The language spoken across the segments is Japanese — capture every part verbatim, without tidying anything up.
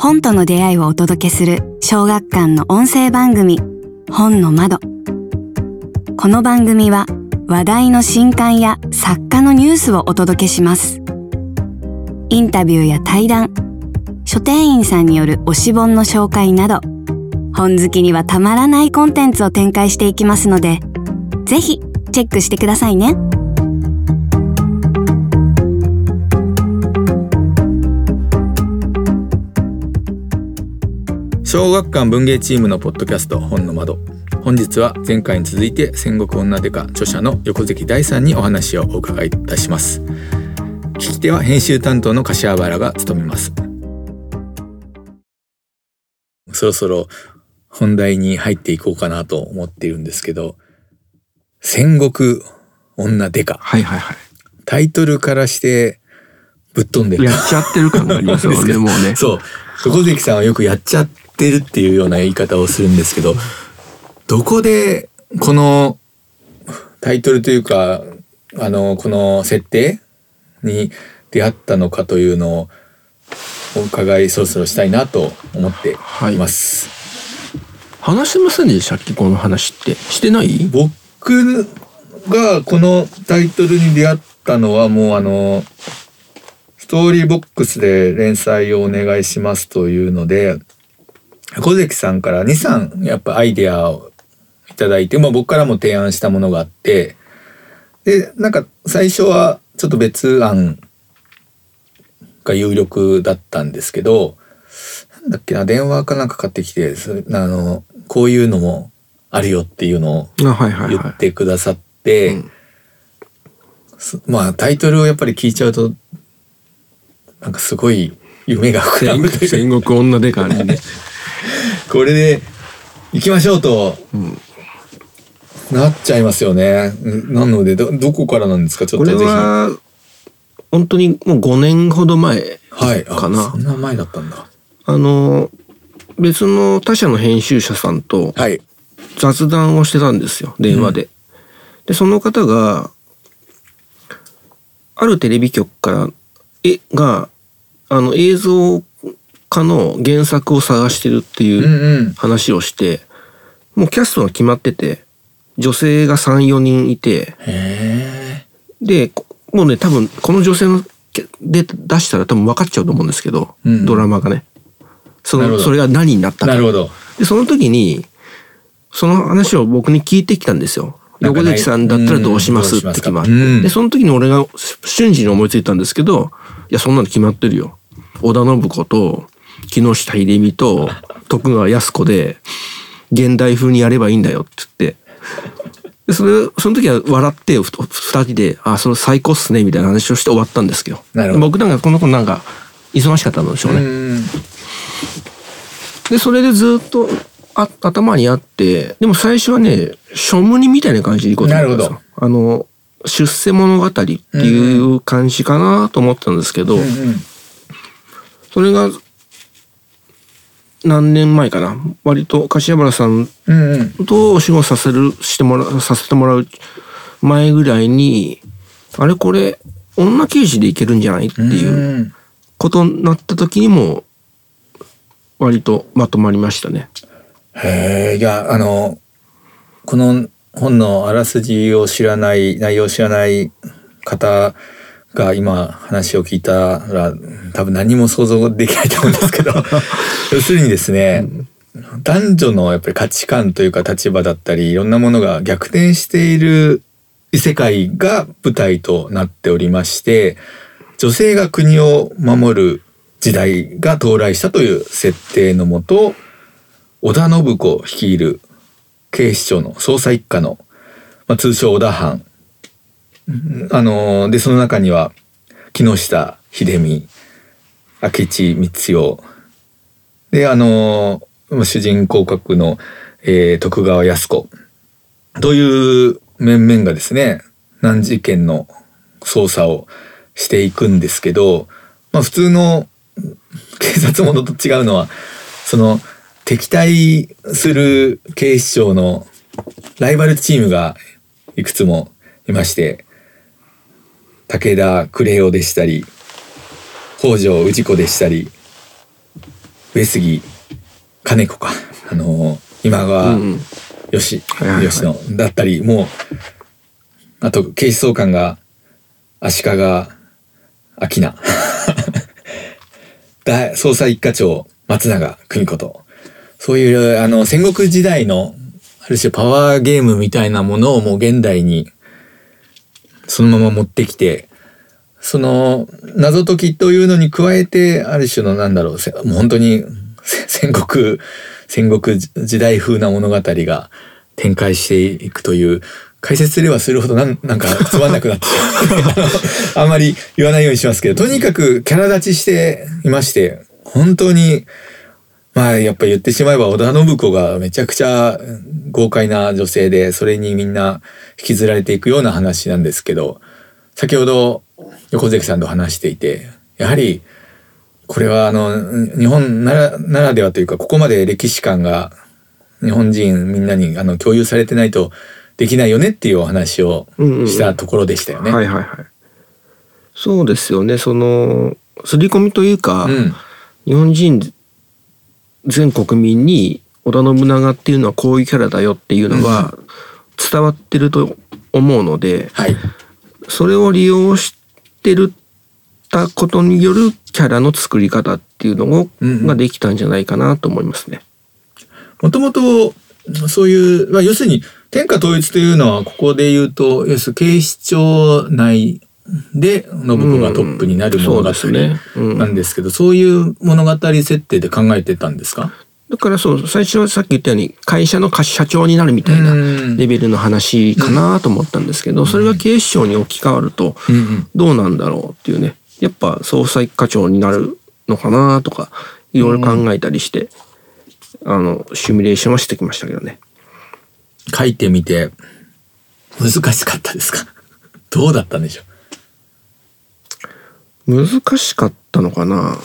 本との出会いをお届けする小学館の音声番組本の窓。この番組は話題の新刊や作家のニュースをお届けします。インタビューや対談、書店員さんによる推し本の紹介など、本好きにはたまらないコンテンツを展開していきますので、ぜひチェックしてくださいね。 小学館文芸チームのポッドキャスト本の窓。本日は前回に続いて戦国女刑事著者の横関大さんにお話をお伺いいたします。聞き手は編集担当の柏原が務めます。そろそろ本題に入っていこうかなと思っているんですけど、戦国女刑事、 はいはいはい、 タイトルからしてぶっ飛んでる、 やっちゃってる感がありますよね。もうね、 そう横関さんはよくやっちゃってるっていうような言い方をするんですけど、どこでこのタイトルというかあのこの設定に出会ったのかというのをお伺いそろそろしたいなと思っています。 はい、話してませんでしたっけ、この話って。してない？ 僕がこのタイトルに出会ったのはもうあのストーリーボックスで連載をお願いしますというので、小関さんからに、さんやっぱアイデアをいただいて、まあ、僕からも提案したものがあって、でなんか最初はちょっと別案が有力だったんですけど、なんだっけな、電話かなんかかかってきて、あのこういうのもあるよっていうのを言ってくださって、まあタイトルをやっぱり聞いちゃうとなんかすごい夢が膨らむという戦国女刑事ねこれで行きましょうと、うん、なっちゃいますよね。なので ど, どこからなんですか。ちょっとぜひ。これは本当にもうごねんほど前かな。はい、 あ、そんな前だったんだ。 あの別の他社の編集者さんと雑談をしてたんですよ、電話で、うん、でその方があるテレビ局から絵があの映像家の原作を探してるっていう話をして、うんうん、もうキャストが決まってて女性が さん,よ 人いて、 へでもうね多分この女性ので出したら多分分かっちゃうと思うんですけど、うん、ドラマがね そ, のそれが何になったか。 なるほど。 でその時にその話を僕に聞いてきたんですよ。横関さんだったらどうしますって決まって、うん、でその時に俺が瞬時に思いついたんですけど、いやそんなの決まってるよ、織田信子と木下秀美と徳川靖子で現代風にやればいいんだよって言って、でそれその時は笑ってふたりであそれ最高っすねみたいな話をして終わったんですけど、僕なんかこの子なんか忙しかったんでしょうね。うんでそれでずっとあ頭にあって、でも最初はね書務人みたいな感じでいこうと思ったんですよ。あの出世物語っていう感じかなと思ったんですけど、うんうん、それが何年前かな、割と柏原さんとお仕事させるしてもらさせてもらう前ぐらいに、あれこれ女刑事でいけるんじゃないっていうことになった時にも割とまとまりましたね。 へえ、いやあのこの本のあらすじを知らない内容を知らない方が今話を聞いたら多分何も想像できないと思うんですけど要するにですね、うん、男女のやっぱり価値観というか立場だったりいろんなものが逆転している異世界が舞台となっておりまして、女性が国を守る時代が到来したという設定のもと、織田信子率いる警視庁の捜査一課の、まあ、通称織田藩、あのでその中には木下秀美、明智光代で、あの主人公格の、えー、徳川靖子という面々がですね、難事件の捜査をしていくんですけど、まあ、普通の警察ものと違うのはその敵対する警視庁のライバルチームがいくつもいまして、武田クレオでしたり、北条氏子でしたり、 上杉金子か、あの今川義義野だったり、もうあと警視総監が足利明菜捜査一課長松永久美子と、そういうあの戦国時代のある種パワーゲームみたいなものをもう現代にそのまま持ってきて、その謎解きというのに加えて、ある種のなんだろう、もう本当に戦国戦国時代風な物語が展開していくという、解説すればするほどなんなんかつまんなくなってしまうあんまり言わないようにしますけど、とにかくキャラ立ちしていまして、本当にまあやっぱ言ってしまえば織田信子がめちゃくちゃ豪快な女性で、それにみんな引きずられていくような話なんですけど、先ほど横関さんと話していて、やはりこれはあの日本なら、ならではというか、ここまで歴史観が日本人みんなにあの共有されてないとできないよねっていうお話をしたところでしたよね。 うんうんうん、はいはいはい。そうですよね。その刷り込みというか、うん、日本人全国民に織田信長っていうのはこういうキャラだよっていうのは伝わってると思うので、うんはい、それを利用してるたことによるキャラの作り方っていうのを、うん、ができたんじゃないかなと思いますね。 もともとそういう、まあ、要するに天下統一というのはここで言うと、要するに警視庁内で信子がトップになる物語なんですけど、うん、そういう物語設定で考えてたんですか？ だからそう、最初はさっき言ったように会社の社長になるみたいなレベルの話かなと思ったんですけど、それが警視庁に置き換わるとどうなんだろうっていうね、やっぱ捜査一課長になるのかなとかいろいろ考えたりして、あのシミュレーションはしてきましたけどね。 書いてみて難しかったですか？どうだったんでしょう？難しかったのかな。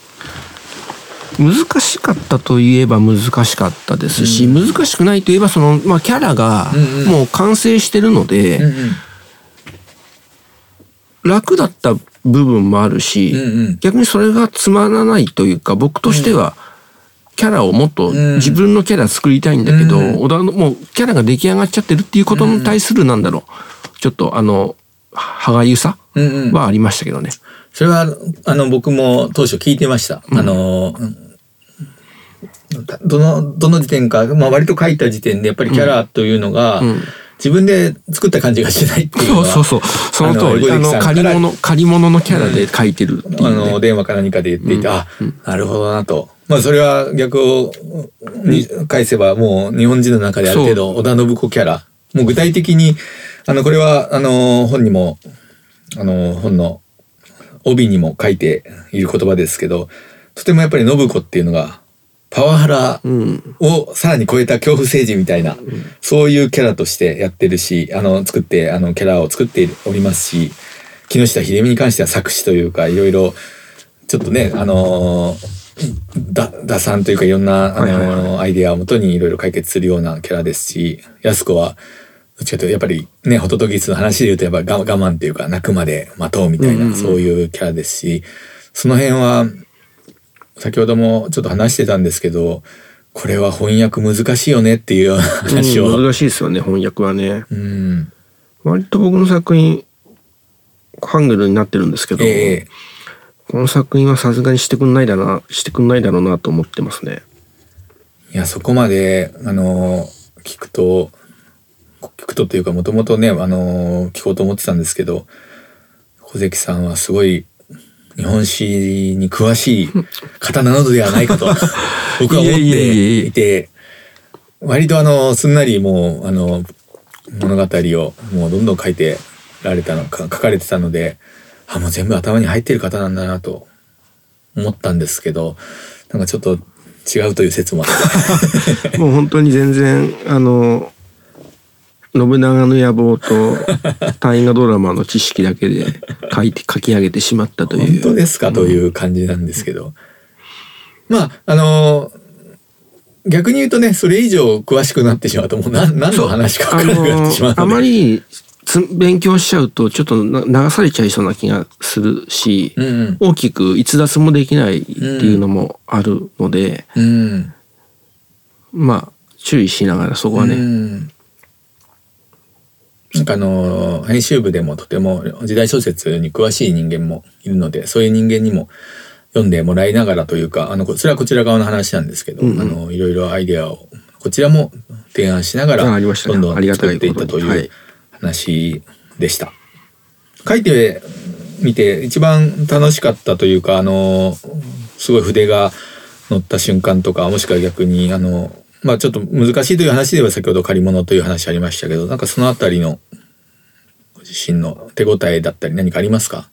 難しかったといえば難しかったですし、うん、難しくないといえばその、まあ、キャラがもう完成してるので、うんうん、楽だった部分もあるし、うんうん、逆にそれがつまらないというか、僕としてはキャラをもっと自分のキャラ作りたいんだけど、うん、織田のもうキャラが出来上がっちゃってるっていうことに対するなんだろう、ちょっとあの歯がゆさはありましたけどね。うんうん、 それはあの僕も当初聞いてました。うん、あのどのどの時点か、まあ、割と書いた時点でやっぱりキャラというのが、うんうん、自分で作った感じがしないっていうのは、 そうそうそう、その通り、あの借り物借り物のキャラで書いてるっていう、ね、 あの電話か何かで言っていて、うん、あ、うん、なるほどなと。まあそれは逆をに返せば、もう日本人の中である程度織田信子キャラ、もう具体的にあのこれはあの本にもあの本の帯にも書いている言葉ですけど、とてもやっぱり信子っていうのがパワハラをさらに超えた恐怖政治みたいな、うん、そういうキャラとしてやってるし、あの作ってあのキャラを作っておりますし、木下秀美に関しては作詞というかいろいろちょっとね、あのだ打算というかいろんなあの、はいはいはい、アイデアをもとにいろいろ解決するようなキャラですし、安子はどっちかというとやっぱりね、ホトトギスの話で言うとやっぱ我慢というか泣くまで待とうみたいな、うんうんうん、そういうキャラですし、その辺は先ほどもちょっと話してたんですけど、これは翻訳難しいよねっていうような話を、 うん、難しいですよね、翻訳はね、うん、割と僕の作品ハングルになってるんですけど、えー、この作品はさすがにしてくんないだなしてくんないだろうなと思ってますね。 いや、そこまであの聞くと聞くとというか、もともとねあの聞こうと思ってたんですけど、小関さんはすごい日本史に詳しい方なのではないかと僕は思っていて、割とあのすんなりもうあの物語をもうどんどん書いてられたの書かれてたので、あ、もう全部頭に入ってる方なんだなと思ったんですけど、なんかちょっと違うという説もあってもう本当に全然あの信長の野望と大河ドラマの知識だけで書いて書き上げてしまったという。 本当ですか、うん、という感じなんですけど、まああの逆に言うとね、それ以上詳しくなってしまうともう何何の話か分からなくなってしまうので、 あのあまり勉強しちゃうとちょっと流されちゃいそうな気がするし、 うんうん、 大きく逸脱もできないっていうのもあるので、 うん、 まあ注意しながらそこはね、うん、 なんかあの編集部でもとても時代小説に詳しい人間もいるので、そういう人間にも読んでもらいながらというか、あのこちらはこちら側の話なんですけど、うんうん、あのいろいろアイデアをこちらも提案しながらどんどん作っていったという話でした。書いてみて一番楽しかったというか、あのすごい筆が乗った瞬間とか、もしくは逆にあのまあちょっと難しいという話では先ほど借り物という話ありましたけど、なんかそのあたりのご自身の手応えだったり何かありますか？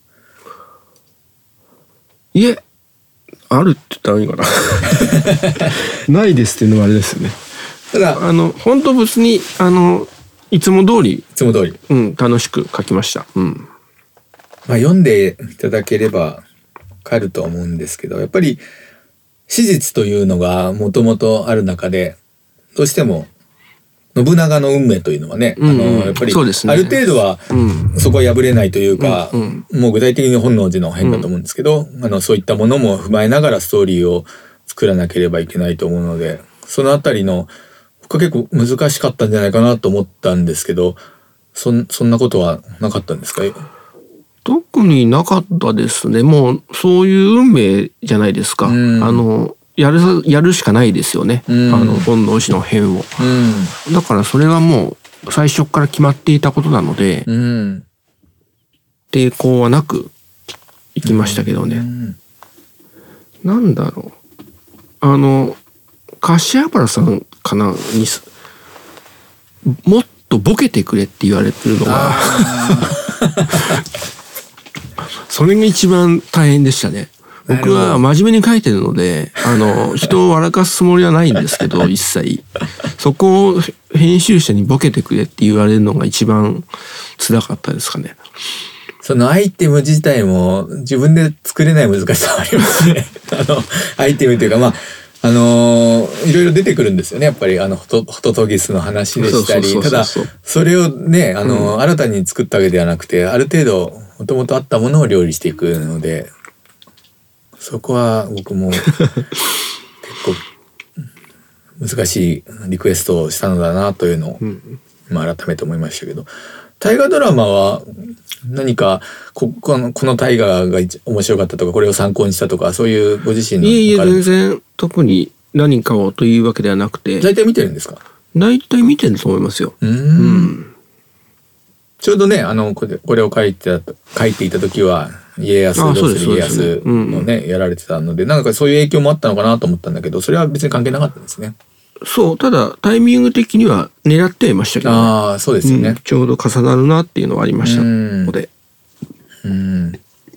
いえ、あるって言ったらいいかなないですっていうのはあれですよね。ただあの本当別にあのいつも通りいつも通り、 うん、楽しく書きました。うん、 まあ読んでいただければわかると思うんですけど、やっぱり史実というのがもともとある中で、どうしても信長の運命というのはね、うんうん、あのやっぱりある程度はそこは破れないというか、うんうん、もう具体的に本能寺の変だと思うんですけど、うん、あのそういったものも踏まえながらストーリーを作らなければいけないと思うので、そのあたりの僕は結構難しかったんじゃないかなと思ったんですけど、そん、そんなことはなかったんですか？ 特になかったですね。もうそういう運命じゃないですか。うん、あのやるやるしかないですよね。うん、あの本能寺の変を、うん。だからそれはもう最初から決まっていたことなので、うん、抵抗はなく行きましたけどね。うん、なんだろう。あの柏原さんかなにもっとボケてくれって言われてるのがそれが一番大変でしたね。僕は真面目に書いてるので、あの人を笑かすつもりはないんですけど一切そこを編集者にボケてくれって言われるのが一番辛かったですかね。 そのアイテム自体も自分で作れない難しさはありますねあのアイテムというか、まああのー、いろいろ出てくるんですよね。やっぱりあのホト、ホトトギスの話でしたり、ただそれをね、あのーうん、新たに作ったわけではなくて、ある程度もともとあったものを料理していくので、そこは僕も結構難しいリクエストをしたのだなというのを、うん、まあ改めて思いましたけど、大河ドラマは何か こ, このこの大河が面白かったとか、これを参考にしたとか、そういうご自身のいえいえ全然特に何かをというわけではなくて、 大体見てるんですか？ 大体見てると思いますよ。うん、うん、 ちょうどね、あのこれこれを書いて書いていた時は家康どうする家康のねやられてたので、なんかそういう影響もあったのかなと思ったんだけど、それは別に関係なかったんですね。 そう、ただタイミング的には狙っていましたけど、ね、 ああそうですよね、うん、 ちょうど重なるなっていうのはありましたので。 うん、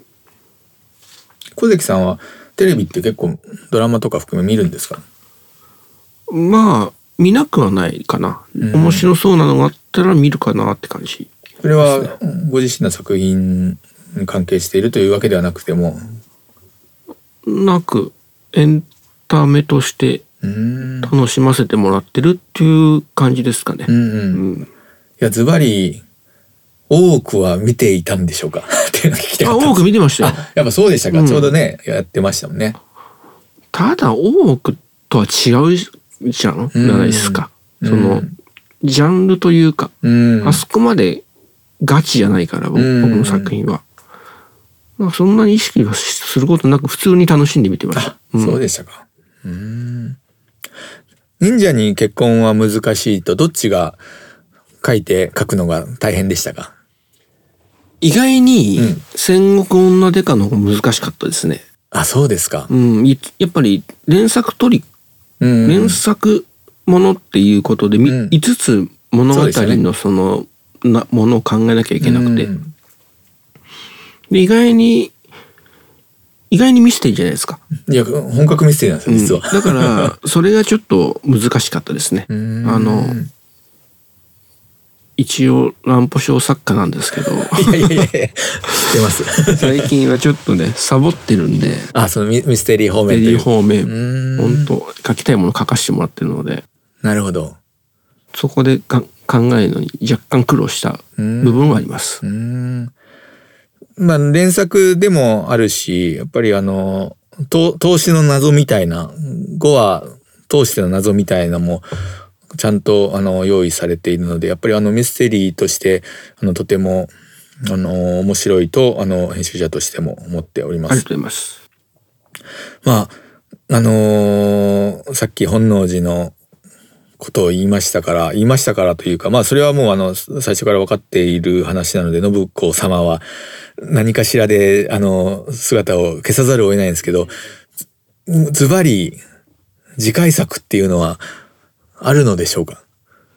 小関さんはテレビって結構ドラマとか含め見るんですか？ まあ見なくはないかな、うん、面白そうなのがあったら見るかなって感じ。 それはご自身の作品に関係しているというわけではなくてもなく、エンタメとして楽しませてもらってるっていう感じですかね。うんうんうん、いやズバリ多くは見ていたんでしょうかっていうのを聞きたかったんです。 あ、多く見てましたよ。 あ、やっぱそうでしたか、うん、ちょうどねやってましたもんね。 ただ多くとは違うじゃん、じゃないですか、うん、そのジャンルというか、うん、あそこまでガチじゃないから僕、うん、僕の作品はまあそんなに意識はすることなく普通に楽しんで見てました。 うん、そうでしたか。うーん、忍者に結婚は難しいとどっちが書いて書くのが大変でしたか？ 意外に戦国女デカの方が難しかったですね。 あ、そうですか。 うん、やっぱり連作トリ、うん、連作ものっていうことで、うん、いつつ物語のそのなものを考えなきゃいけなくて、うん、で意外に意外にミステリーじゃないですか。 いや本格ミステリーなんですよ、実は、 うん、だからそれがちょっと難しかったですね。あの一応乱歩小作家なんですけどいやいやいや知ってます最近はちょっとねサボってるんで、 あ、そのミステリー方面ミステリー方面本当書きたいもの書かせてもらってるので。 なるほど。 そこでが考えるのに若干苦労した部分はあります。 うん、まあ連作でもあるし、やっぱりあの投資の謎みたいなごわ通しての謎みたいなのもちゃんとあの用意されているので、やっぱりあのミステリーとしてあのとてもあの面白いとあの編集者としても思っております。 ありがとうございます。 まああのー、さっき本能寺のことを言いましたから言いましたからというか、まあそれはもうあの最初から分かっている話なので、信子様は何かしらであの姿を消さざるを得ないんですけど、ズバリ次回作っていうのはあるのでしょうか？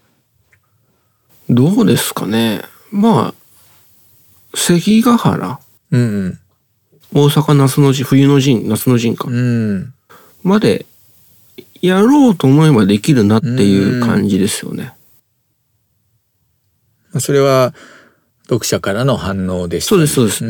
どうですかね。まあ関ヶ原、 うんうん、 大阪夏の陣、冬の陣、夏の陣か、 うん、 までやろうと思えばできるなっていう感じですよね。 うん、それは読者からの反応でした、 ね。そうですそうです。 うん、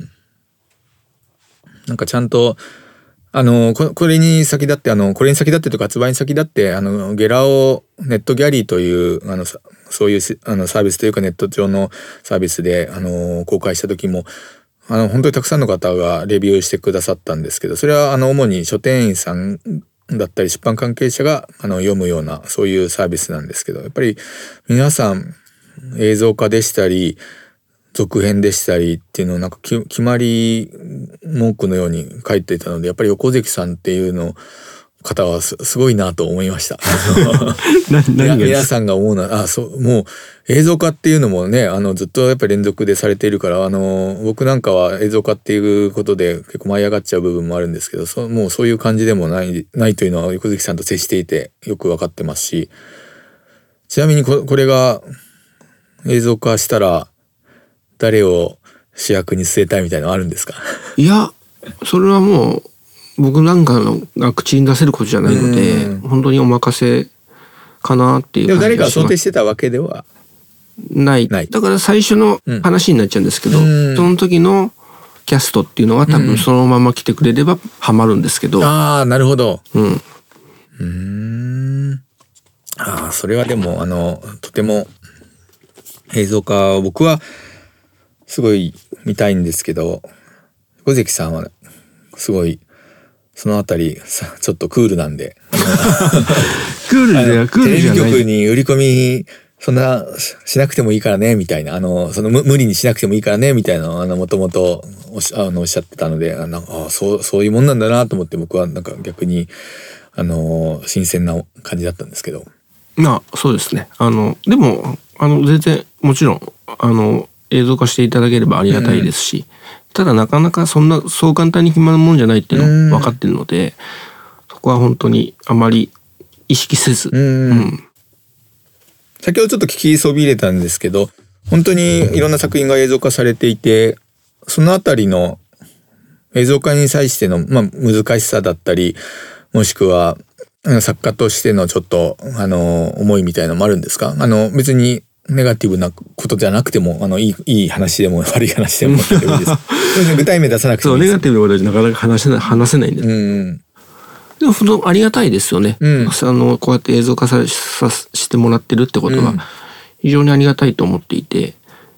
なんかちゃんとあの こ, これに先立ってあのこれに先立ってとか発売に先立ってあのゲラをネットギャリーというあのそういうあのサービスというかネット上のサービスであの公開した時もあの本当にたくさんの方がレビューしてくださったんですけど、それはあの主に書店員さんだったり出版関係者があの読むようなそういうサービスなんですけど、やっぱり皆さん映像化でしたり続編でしたりっていうのをなんか決まり文句のように書いていたので、やっぱり横関さんっていうの方は す, すごいなと思いました。皆さんが思うのはあそうもう映像化っていうのもねあのずっとやっぱり連続でされているから、あの僕なんかは映像化っていうことで結構舞い上がっちゃう部分もあるんですけど、そもうそういう感じでもないないというのは横関さんと接していてよく分かってますし、ちなみに こ, これが映像化したら誰を主役に据えたいみたいなのあるんですか？ いやそれはもう僕なんかのが口に出せることじゃないので本当にお任せかなっていう感じがします。でも誰か想定してたわけではないだから最初の話になっちゃうんですけど、うん、その時のキャストっていうのは多分そのまま来てくれればハマるんですけど、 うん、ああなるほど、 うん、 うーんああそれはでもあのとても映像化を僕はすごい見たいんですけど、小関さんはすごいそのあたりさちょっとクールなんでクールじゃクールじゃない。 テレビ局に売り込みそんなしなくてもいいからねみたいな、あのその無理にしなくてもいいからねみたいなのをもともとおっしゃってたので、あなんかあそうそういうもんなんだなと思って、僕はなんか逆にあの新鮮な感じだったんですけど。 まあそうですね。あのでもあの全然もちろんあの映像化していただければありがたいですし、うん、ただなかなかそんなそう簡単に決まるもんじゃないっていうの分かってるので、うん、そこは本当にあまり意識せず、うんうん、 先ほどちょっと聞きそびれたんですけど、本当にいろんな作品が映像化されていて、そのあたりの映像化に際しての、まあ、難しさだったり、もしくは作家としてのちょっとあの思いみたいなのもあるんですか？あの別にネガティブなことじゃなくても、あのいいいい話でも悪い話でも大丈夫です。具体名出さなくてもいいです。 そうネガティブなことはなかなか話せない話せないんで。うんでも本当ありがたいですよね。うん、あのこうやって映像化ささしてもらってるってことは非常にありがたいと思っていて、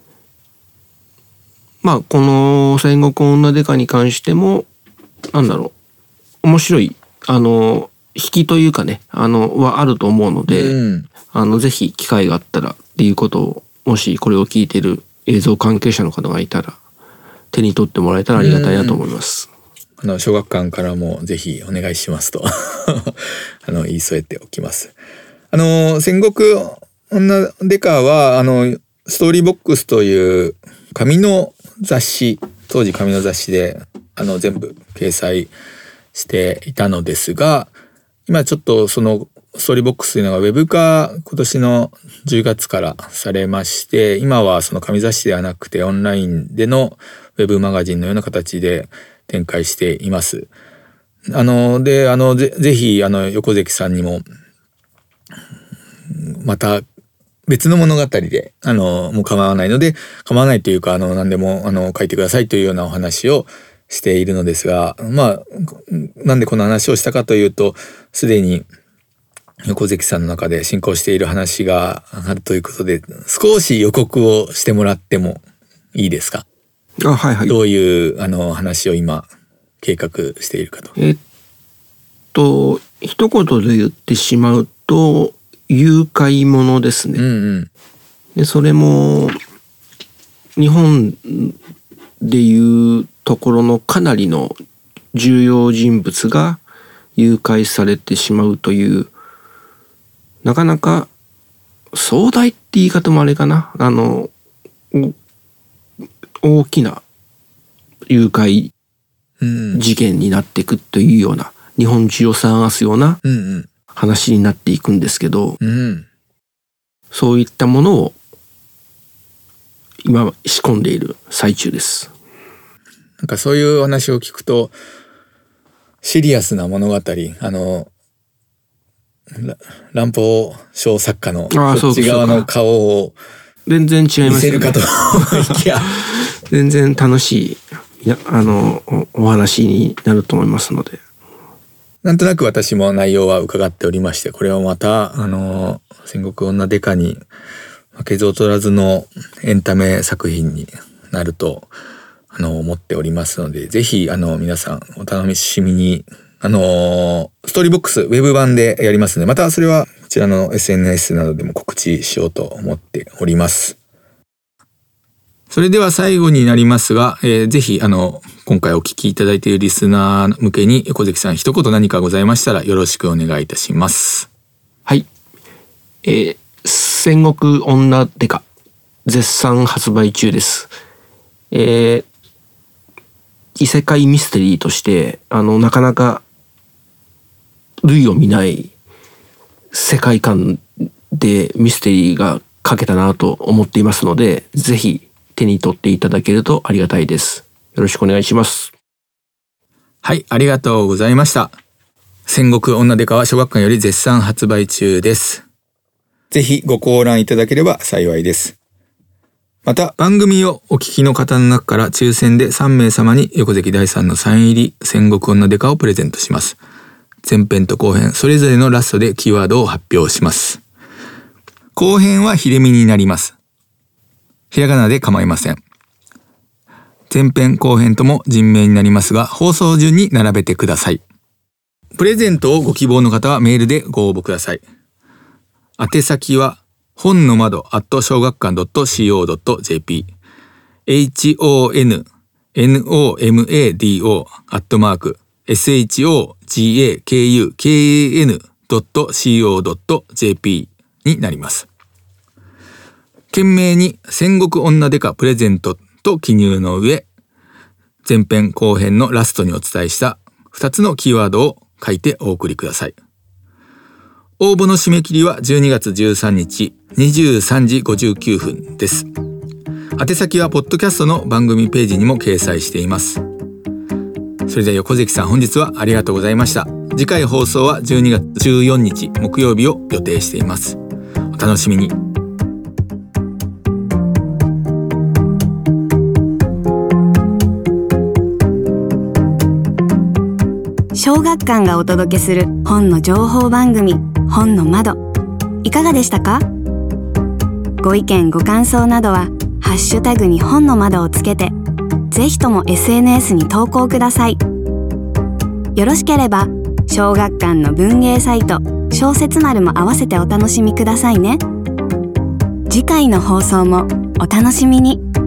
まあこの戦国女デカに関してもなんだろう面白いあの引きというかねあのはあると思うので、うん、あのぜひ機会があったらっていうことをもしこれを聞いてる映像関係者の方がいたら手に取ってもらえたらありがたいなと思います。 あの小学館からもぜひお願いしますとあの言い添えておきます。あの戦国女デカはあのストーリーボックスという紙の雑誌、当時紙の雑誌であの全部掲載していたのですが、今ちょっとそのストーリーボックスというのがウェブ化今年のじゅうがつからされまして、今はその紙雑誌ではなくてオンラインでのウェブマガジンのような形で展開しています。あのであの ぜ, ぜひあの横関さんにもまた別の物語であのもう構わないので構わないというかあの何でもあの書いてくださいというようなお話をしているのですが、まあなんでこの話をしたかというと、すでに横関さんの中で進行している話があるということで、少し予告をしてもらってもいいですか？ あ、はいはい。 どういうあの話を今計画しているかと。 えっと一言で言ってしまうと誘拐ものですね。 うんうん、 でそれも日本でいうところのかなりの重要人物が誘拐されてしまうという、なかなか壮大って言い方もあれかな、あの大きな誘拐事件になっていくというような、日本中を騒がすような話になっていくんですけど、 うんうん、 そういったものを今仕込んでいる最中です。 なんかそういう話を聞くとシリアスな物語、あの乱暴小作家のそっち側の顔を全然違いますよね。 見せるかと思いきや全然楽しい、いやあの お, お話になると思いますので、 なんとなく私も内容は伺っておりまして、これはまたあの戦国女デカに負けず劣らずのエンタメ作品になるとあの思っておりますので、ぜひあの皆さんお楽しみに。あのストーリーボックスウェブ版でやりますので、またそれはこちらの エスエヌエス などでも告知しようと思っております。それでは最後になりますが、えー、ぜひあの今回お聞きいただいているリスナー向けに横関さん一言何かございましたらよろしくお願いいたします。 はい、えー、戦国女デカ絶賛発売中です。えー、異世界ミステリーとしてあのなかなか類を見ない世界観でミステリーが書けたなと思っていますので、ぜひ手に取っていただけるとありがたいです。よろしくお願いします。 はい、ありがとうございました。戦国女デカは小学館より絶賛発売中です。ぜひご購覧いただければ幸いです。また番組をお聞きの方の中から抽選でさんめい様に横関大さんのサイン入り戦国女デカをプレゼントします。前編と後編それぞれのラストでキーワードを発表します。後編は秀美になります。ひらがなで構いません。前編後編とも人名になりますが、放送順に並べてください。プレゼントをご希望の方はメールでご応募ください。宛先は本の窓 アット 小学館 ドット シーオー ドット ジェーピー エイチオーエヌエヌオーエムエーディーオー アットマーク エスエイチオージーエーケーユーケーエーエヌ ドット シーオー ドット ジェーピー になります。懸命に戦国女デカプレゼントと記入の上、前編後編のラストにお伝えしたふたつのキーワードを書いてお送りください。応募の締め切りはじゅうにがつじゅうさんにちにじゅうさんじごじゅうきゅうふんです。宛先はポッドキャストの番組ページにも掲載しています。それでは横関さん、本日はありがとうございました。次回放送はじゅうにがつじゅうよっか木曜日を予定しています。お楽しみに。 小学館がお届けする本の情報番組、本の窓、いかがでしたか？ご意見ご感想などはハッシュタグに本の窓をつけて、ぜひとも エスエヌエス に投稿ください。よろしければ小学館の文芸サイト小説丸も合わせてお楽しみくださいね。次回の放送もお楽しみに。